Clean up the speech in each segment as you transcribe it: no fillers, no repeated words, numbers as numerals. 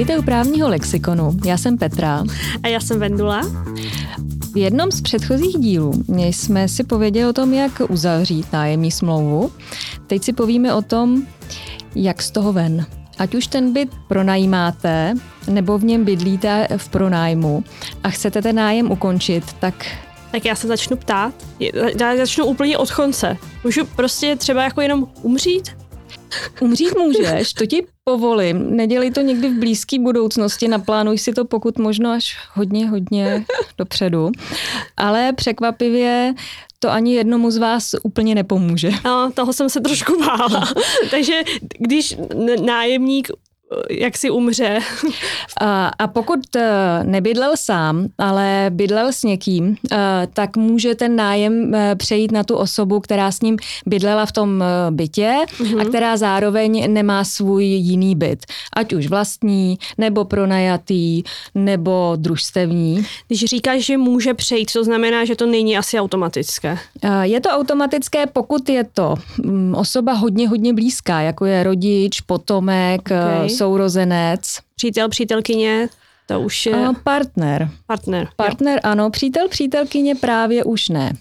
Vítejte u právního lexikonu. Já jsem Petra. A já jsem Vendula. V jednom z předchozích dílů jsme si pověděli o tom, jak uzavřít nájemní smlouvu. Teď si povíme o tom, jak z toho ven. Ať už ten byt pronajímáte, nebo v něm bydlíte v pronájmu a chcete ten nájem ukončit, tak já se začnu ptát. Já začnu úplně od konce. Můžu prostě třeba jako jenom umřít? Umřít můžeš, to ti povolím. Nedělej to někdy v blízké budoucnosti, naplánuj si to pokud možno až hodně dopředu. Ale překvapivě to ani jednomu z vás úplně nepomůže. No, toho jsem se trošku bála. Takže když nájemník jak si umře. A pokud nebydlel sám, ale bydlel s někým, tak může ten nájem přejít na tu osobu, která s ním bydlela v tom bytě a která zároveň nemá svůj jiný byt. Ať už vlastní, nebo pronajatý, nebo družstevní. Když říkáš, že může přejít, to znamená, že to není asi automatické. Je to automatické, pokud je to osoba hodně blízká, jako je rodič, potomek, sourozenec. Přítel, přítelkyně, to už je... Partner, ano. Přítel, přítelkyně právě už ne.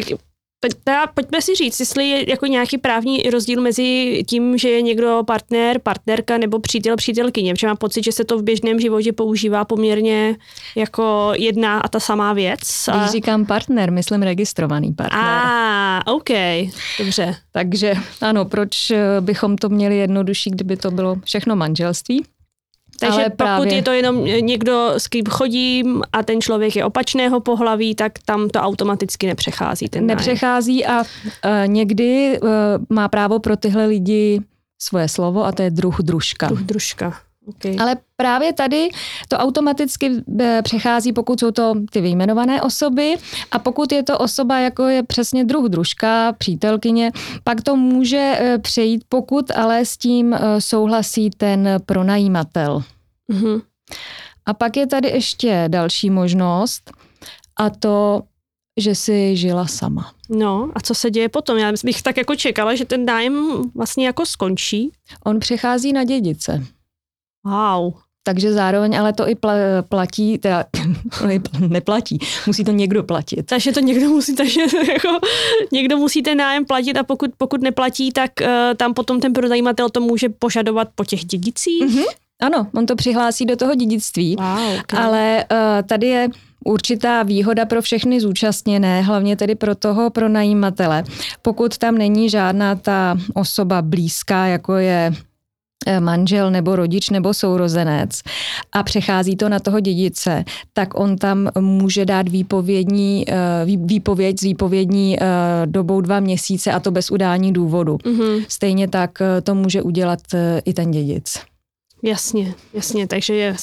Pojďme si říct, jestli je jako nějaký právní rozdíl mezi tím, že je někdo partner, partnerka nebo přítel, přítelkyně. Protože mám pocit, že se to v běžném životě používá poměrně jako jedna a ta samá věc. Když říkám partner, myslím registrovaný partner. OK, dobře. Takže ano, proč bychom to měli jednodušší, kdyby to bylo všechno manželství? Takže ale pokud je to jenom někdo, s kým chodím a ten člověk je opačného pohlaví, tak tam to automaticky nepřechází. Nepřechází a někdy má právo pro tyhle lidi svoje slovo a to je družka. Družka. Okay. Ale právě tady to automaticky přechází, pokud jsou to ty vyjmenované osoby a pokud je to osoba, jako je přesně družka, přítelkyně, pak to může přejít, pokud ale s tím souhlasí ten pronajímatel. Mm-hmm. A pak je tady ještě další možnost a to, že si žila sama. No a co se děje potom? Já bych tak jako čekala, že ten nájem vlastně jako skončí. On přechází na dědice. Wow. Takže zároveň ale to i platí, teda neplatí, musí to někdo platit. Takže to někdo musí, někdo musí ten nájem platit a pokud neplatí, tak tam potom ten pronajímatel to může požadovat po těch dědicích? Mm-hmm. Ano, on to přihlásí do toho dědictví, wow, okay. Ale tady je určitá výhoda pro všechny zúčastněné, hlavně tedy pro toho pronajímatele. Pokud tam není žádná ta osoba blízká, jako je manžel nebo rodič nebo sourozenec a přechází to na toho dědice, tak on tam může dát výpověď s výpovědní dobou 2 měsíce a to bez udání důvodu. Mm-hmm. Stejně tak to může udělat i ten dědic. Jasně, takže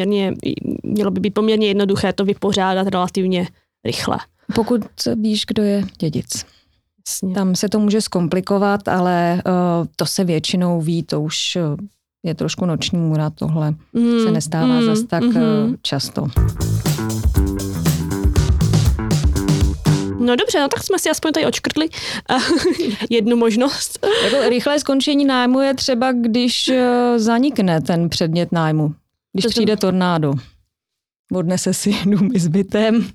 mělo by být poměrně jednoduché to vypořádat relativně rychle. Pokud víš, kdo je dědic. Tam se to může zkomplikovat, ale to se většinou ví, to už je trošku noční můra, tohle se nestává zas tak často. No dobře, tak jsme si aspoň tady odškrtli jednu možnost. Jako rychlé skončení nájmu je třeba, když zanikne ten předmět nájmu, když přijde tornádo. Odnese si dům i s bytem.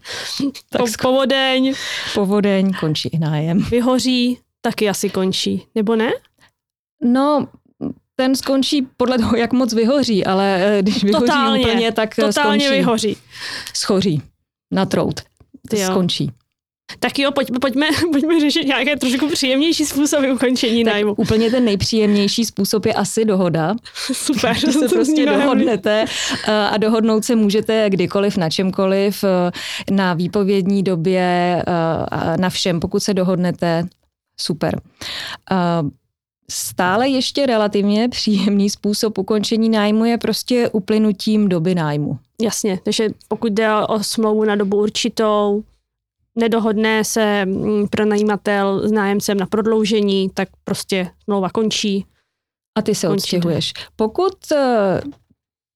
Povodeň, končí i nájem. Vyhoří, taky asi končí, nebo ne? No, ten skončí podle toho, jak moc vyhoří, ale když vyhoří úplně, tak totálně skončí. Vyhoří. Schoří. Na trout. Skončí. Tak jo, pojďme řešit nějaké trošku příjemnější způsoby ukončení nájmu. Úplně ten nejpříjemnější způsob je asi dohoda. Super. Že se prostě dohodnete a dohodnout se můžete kdykoliv, na čemkoliv, na výpovědní době, na všem, pokud se dohodnete, super. Stále ještě relativně příjemný způsob ukončení nájmu je prostě uplynutím doby nájmu. Jasně, takže pokud jde o smlouvu na dobu určitou, nedohodne se pronajímatel s nájemcem na prodloužení, tak prostě smlouva končí. A ty se odstěhuješ. Pokud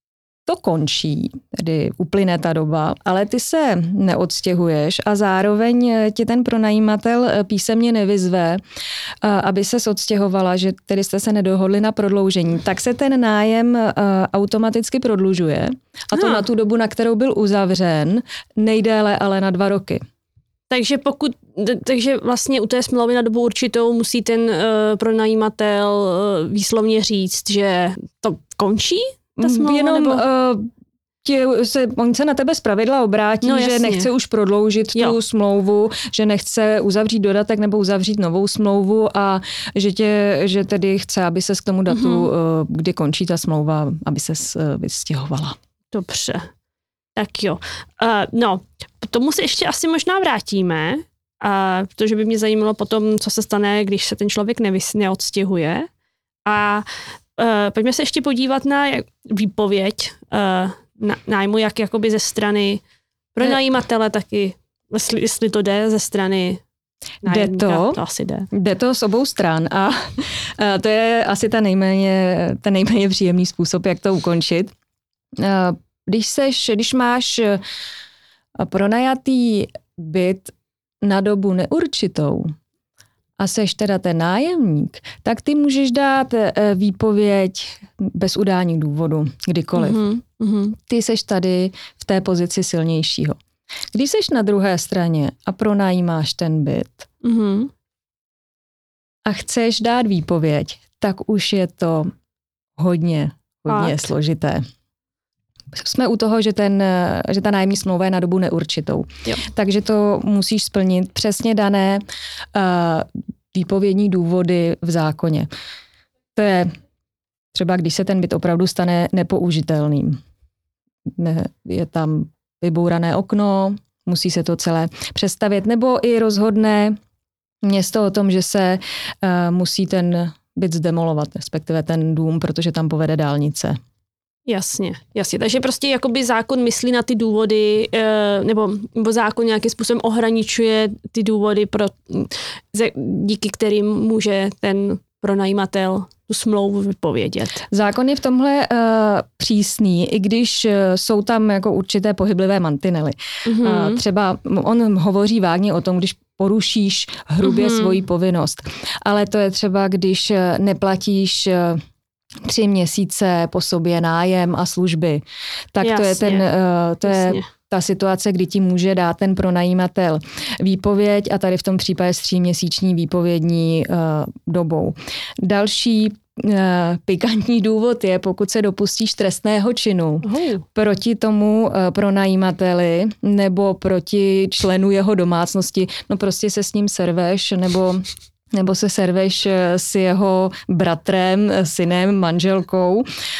to končí, tedy uplyne ta doba, ale ty se neodstěhuješ a zároveň ti ten pronajímatel písemně nevyzve, aby ses odstěhovala, že tedy jste se nedohodli na prodloužení, tak se ten nájem automaticky prodlužuje a to na tu dobu, na kterou byl uzavřen, nejdéle ale na 2 roky. Takže vlastně u té smlouvy na dobu určitou musí ten pronajímatel výslovně říct, že to končí? Ta smlouva, jenom nebo? On se na tebe zpravidla obrátí, že nechce už prodloužit tu smlouvu, že nechce uzavřít dodatek nebo uzavřít novou smlouvu a že tedy chce, aby ses k tomu datu, kdy končí ta smlouva, aby ses vystěhovala. Dobře. Tak jo. No, k tomu se ještě asi možná vrátíme, protože by mě zajímalo potom, co se stane, když se ten člověk neodstěhuje. A pojďme se ještě podívat na výpověď nájmu, jak jakoby ze strany pronajímatele taky, jestli to jde ze strany nájemníka. To asi jde. Jde to z obou stran a to je asi ten nejméně příjemný způsob, jak to ukončit. Když máš pronajatý byt na dobu neurčitou a seš teda ten nájemník, tak ty můžeš dát výpověď bez udání důvodu, kdykoliv. Ty seš tady v té pozici silnějšího. Když seš na druhé straně a pronajímáš ten byt a chceš dát výpověď, tak už je to hodně složité. Jsme u toho, že ta nájemní smlouva je na dobu neurčitou. Jo. Takže to musíš splnit přesně dané výpovědní důvody v zákoně. To je třeba, když se ten byt opravdu stane nepoužitelným. Je tam vybourané okno, musí se to celé přestavět, nebo i rozhodne město o tom, že se musí ten byt zdemolovat, respektive ten dům, protože tam povede dálnice. Jasně. Takže prostě jakoby zákon myslí na ty důvody, nebo zákon nějakým způsobem ohraničuje ty důvody, díky kterým může ten pronajímatel tu smlouvu vypovědět. Zákon je v tomhle přísný, i když jsou tam jako určité pohyblivé mantinely. Třeba on hovoří vágně o tom, když porušíš hrubě svoji povinnost. Ale to je třeba, když neplatíš 3 měsíce po sobě nájem a služby. Tak to je ta situace, kdy ti může dát ten pronajímatel výpověď a tady v tom případě s 3měsíční výpovědní dobou. Další pikantní důvod je, pokud se dopustíš trestného činu proti tomu pronajímateli nebo proti členu jeho domácnosti, no prostě se s ním serveš nebo se serveš s jeho bratrem, synem, manželkou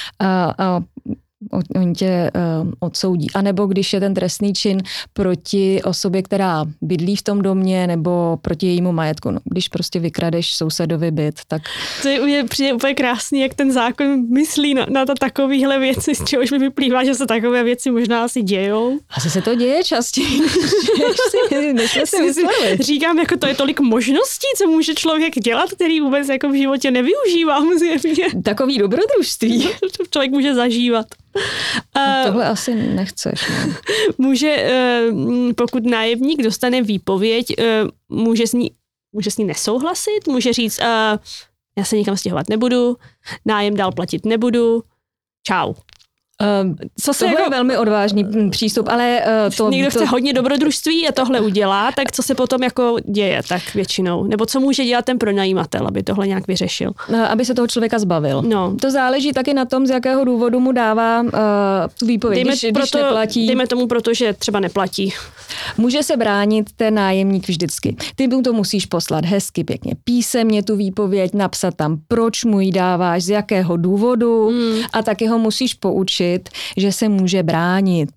a oni tě odsoudí. A nebo když je ten trestný čin proti osobě, která bydlí v tom domě, nebo proti jejímu majetku. No, když prostě vykradeš sousedovi byt, tak... To je přijde úplně krásný, jak ten zákon myslí na takovéhle věci, z čehož mi vyplývá, že se takové věci možná asi dějou. Asi se to děje častěji, než jsme si mysleli. Říkám, jako to je tolik možností, co může člověk dělat, který vůbec jako v životě nevyužívám. Takový dobrodružství. Člověk může zažívat. Tohle asi nechceš. Ne? Může, pokud nájemník dostane výpověď, může s ní nesouhlasit, může říct, já se nikam stěhovat nebudu, nájem dál platit nebudu, čau. Tohle je velmi odvážný přístup, ale někdo chce hodně dobrodružství a tohle udělá, tak co se potom jako děje tak většinou? Nebo co může dělat ten pronajímatel, aby tohle nějak vyřešil? Aby se toho člověka zbavil. No. To záleží taky na tom, z jakého důvodu mu dává tu výpověď, když neplatí. Dejme tomu, protože třeba neplatí. Může se bránit ten nájemník vždycky. Ty mu to musíš poslat hezky, pěkně písemně tu výpověď, napsat tam, proč mu ji dáváš, z jakého důvodu a taky ho musíš poučit, že se může bránit.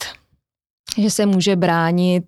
Že se může bránit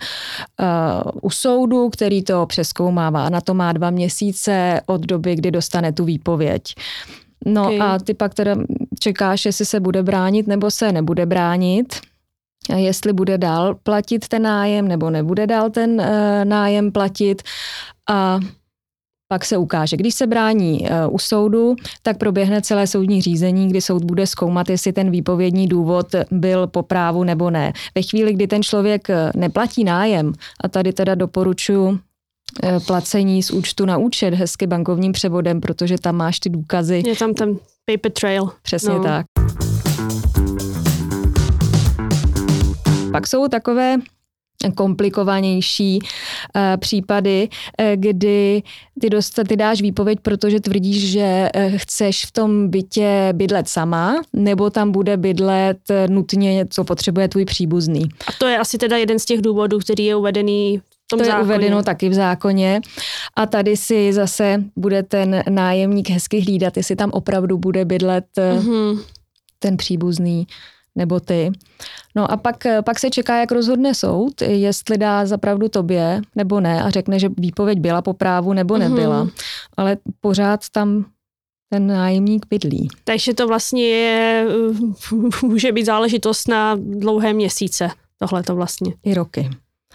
u soudu, který to přezkoumává. Na to má 2 měsíce od doby, kdy dostane tu výpověď. No a ty pak teda čekáš, jestli se bude bránit nebo se nebude bránit. Jestli bude dál platit ten nájem nebo nebude dál ten nájem platit. A pak se ukáže. Když se brání u soudu, tak proběhne celé soudní řízení, kdy soud bude zkoumat, jestli ten výpovědní důvod byl po právu nebo ne. Ve chvíli, kdy ten člověk neplatí nájem, a tady teda doporučuji placení z účtu na účet hezky bankovním převodem, protože tam máš ty důkazy. Je tam ten paper trail. Přesně tak. Pak jsou takové komplikovanější případy, kdy ty dáš výpověď, protože tvrdíš, že chceš v tom bytě bydlet sama, nebo tam bude bydlet nutně, co potřebuje tvůj příbuzný. A to je asi teda jeden z těch důvodů, který je uvedený v tom zákoně. To je uvedeno taky v zákoně. A tady si zase bude ten nájemník hezky hlídat, jestli tam opravdu bude bydlet ten příbuzný nebo ty. No a pak se čeká, jak rozhodne soud, jestli dá zapravdu tobě nebo ne a řekne, že výpověď byla po právu nebo nebyla. Ale pořád tam ten nájemník bydlí. Takže to vlastně může být záležitost na dlouhé měsíce. Tohle to vlastně. I roky.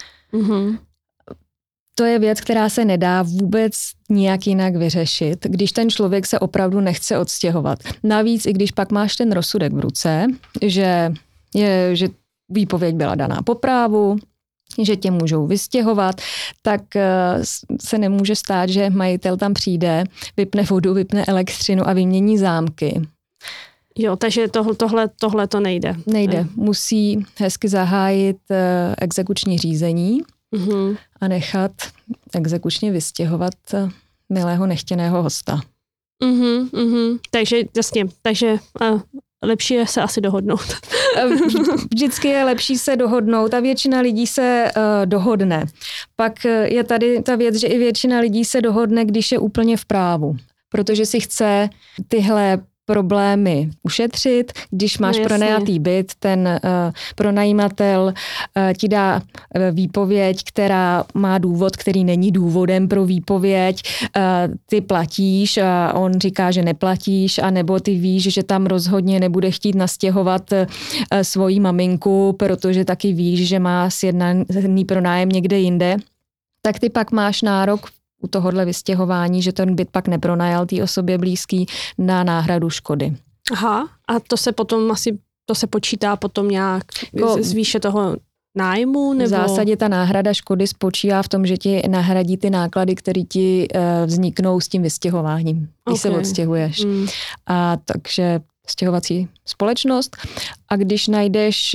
To je věc, která se nedá vůbec nijak jinak vyřešit, když ten člověk se opravdu nechce odstěhovat. Navíc, i když pak máš ten rozsudek v ruce, že výpověď byla daná po právu, že tě můžou vystěhovat, tak se nemůže stát, že majitel tam přijde, vypne vodu, vypne elektřinu a vymění zámky. Jo, takže tohle to nejde. Nejde. Musí hezky zahájit exekuční řízení a nechat exekučně vystěhovat milého nechtěného hosta. Takže jasně, lepší je se asi dohodnout. Vždycky je lepší se dohodnout a většina lidí se dohodne. Pak je tady ta věc, že i většina lidí se dohodne, když je úplně v právu, protože si chce tyhle problémy ušetřit. Když máš pronajatý byt, ten pronajímatel ti dá výpověď, která má důvod, který není důvodem pro výpověď. Ty platíš a on říká, že neplatíš, anebo ty víš, že tam rozhodně nebude chtít nastěhovat svoji maminku, protože taky víš, že má sjednaný pronájem někde jinde. Tak ty pak máš nárok u tohohle vystěhování, že ten byt pak nepronajal té osobě blízký na náhradu škody. Aha, a to se potom to se počítá potom nějak z výše toho nájmu? Nebo? V zásadě ta náhrada škody spočívá v tom, že ti nahradí ty náklady, které ti vzniknou s tím vystěhováním, když se odstěhuješ. A takže stěhovací společnost. A když najdeš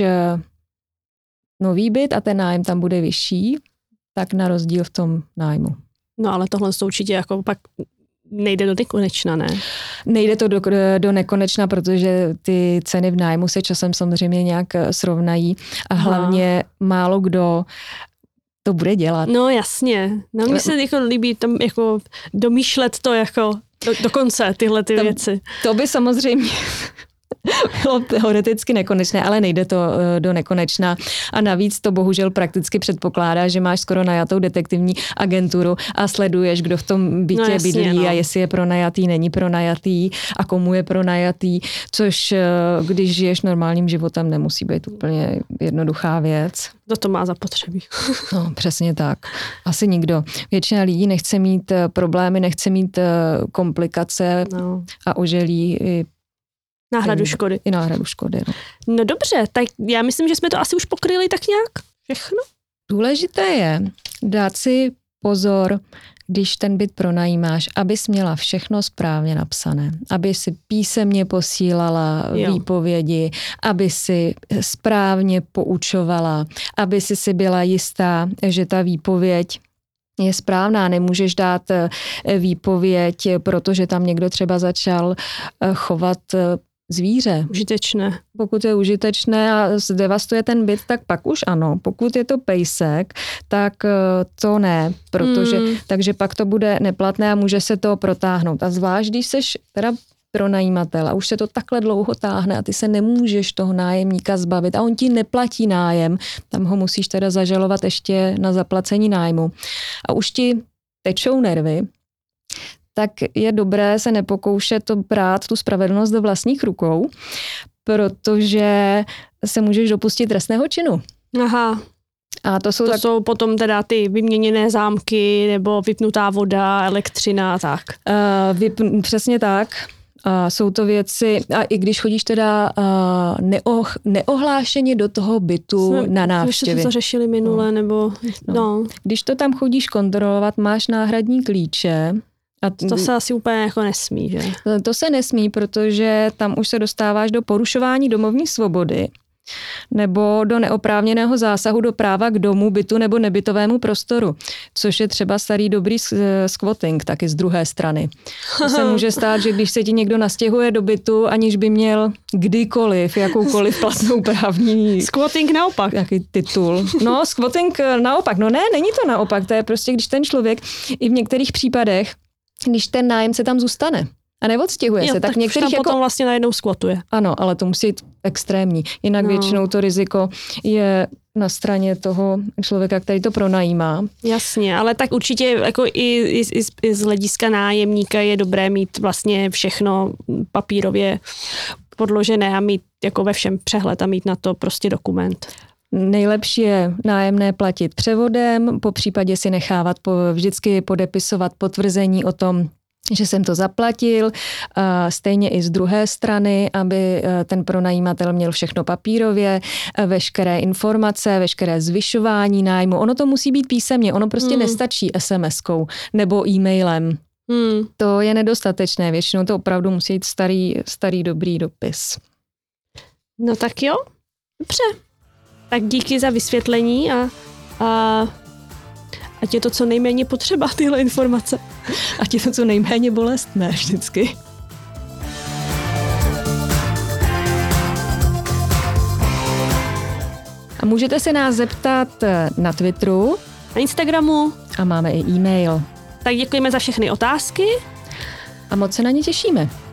nový byt a ten nájem tam bude vyšší, tak na rozdíl v tom nájmu. No ale tohle určitě jako pak nejde do nekonečna, ne? Nejde to do nekonečna, protože ty ceny v nájmu se časem samozřejmě nějak srovnají a hlavně málo kdo to bude dělat. No jasně. No mně se jako líbí tam jako domýšlet to jako do konce tyhle ty věci. To by samozřejmě bylo teoreticky nekonečné, ale nejde to do nekonečna. A navíc to bohužel prakticky předpokládá, že máš skoro najatou detektivní agenturu a sleduješ, kdo v tom bytě bydlí a jestli je pronajatý, není pronajatý a komu je pronajatý, což když žiješ normálním životem, nemusí být úplně jednoduchá věc. Kdo to má zapotřebí? No, přesně tak. Asi nikdo. Většina lidí nechce mít problémy, nechce mít komplikace a oželí náhradu škody. I náhradu škody. No dobře, tak já myslím, že jsme to asi už pokryli tak nějak všechno. Důležité je dát si pozor, když ten byt pronajímáš, abys měla všechno správně napsané. Aby si písemně posílala výpovědi, aby si správně poučovala, aby si byla jistá, že ta výpověď je správná. Nemůžeš dát výpověď, protože tam někdo třeba začal chovat zvíře. Užitečné. Pokud je užitečné a zdevastuje ten byt, tak pak už ano. Pokud je to pejsek, tak to ne, protože takže pak to bude neplatné a může se to protáhnout. A zvlášť, když seš teda pronajímatel a už se to takhle dlouho táhne a ty se nemůžeš toho nájemníka zbavit a on ti neplatí nájem, tam ho musíš teda zažalovat ještě na zaplacení nájmu. A už ti tečou nervy, tak je dobré se nepokoušet to brát tu spravedlnost do vlastních rukou, protože se můžeš dopustit trestného činu. Aha. A to jsou potom teda ty vyměněné zámky nebo vypnutá voda, elektřina, tak. Přesně tak. Jsou to věci, a i když chodíš teda neohlášeně do toho bytu na návštěvy. My jsme to řešili minule, nebo no. Když to tam chodíš kontrolovat, máš náhradní klíče. A to se asi úplně jako nesmí, že? To se nesmí, protože tam už se dostáváš do porušování domovní svobody nebo do neoprávněného zásahu do práva k domu, bytu nebo nebytovému prostoru, což je třeba starý dobrý squatting, taky z druhé strany. To se může stát, že když se ti někdo nastěhuje do bytu, aniž by měl kdykoliv, jakoukoliv platnou právní... Squatting naopak. Jaký titul. No, squatting naopak. No ne, není to naopak. To je prostě, když ten člověk i v některých případech, když ten nájemce tam zůstane a neodstěhuje se, tak některých tam potom vlastně najednou squatuje. Ano, ale to musí být extrémní. Jinak většinou to riziko je na straně toho člověka, který to pronajímá. Jasně, ale tak určitě jako i z hlediska nájemníka je dobré mít vlastně všechno papírově podložené a mít jako ve všem přehled a mít na to prostě dokument. Nejlepší je nájemné platit převodem, po případě si nechávat vždycky podepisovat potvrzení o tom, že jsem to zaplatil, stejně i z druhé strany, aby ten pronajímatel měl všechno papírově, veškeré informace, veškeré zvyšování nájmu. Ono to musí být písemně, ono prostě nestačí SMS-kou nebo e-mailem. To je nedostatečné, většinou to opravdu musí být starý dobrý dopis. No tak jo, dobře. Tak díky za vysvětlení a ať je to co nejméně potřeba, tyhle informace. Ať je to co nejméně bolestné vždycky. A můžete se nás zeptat na Twitteru, na Instagramu a máme i e-mail. Tak děkujeme za všechny otázky. A moc se na ně těšíme.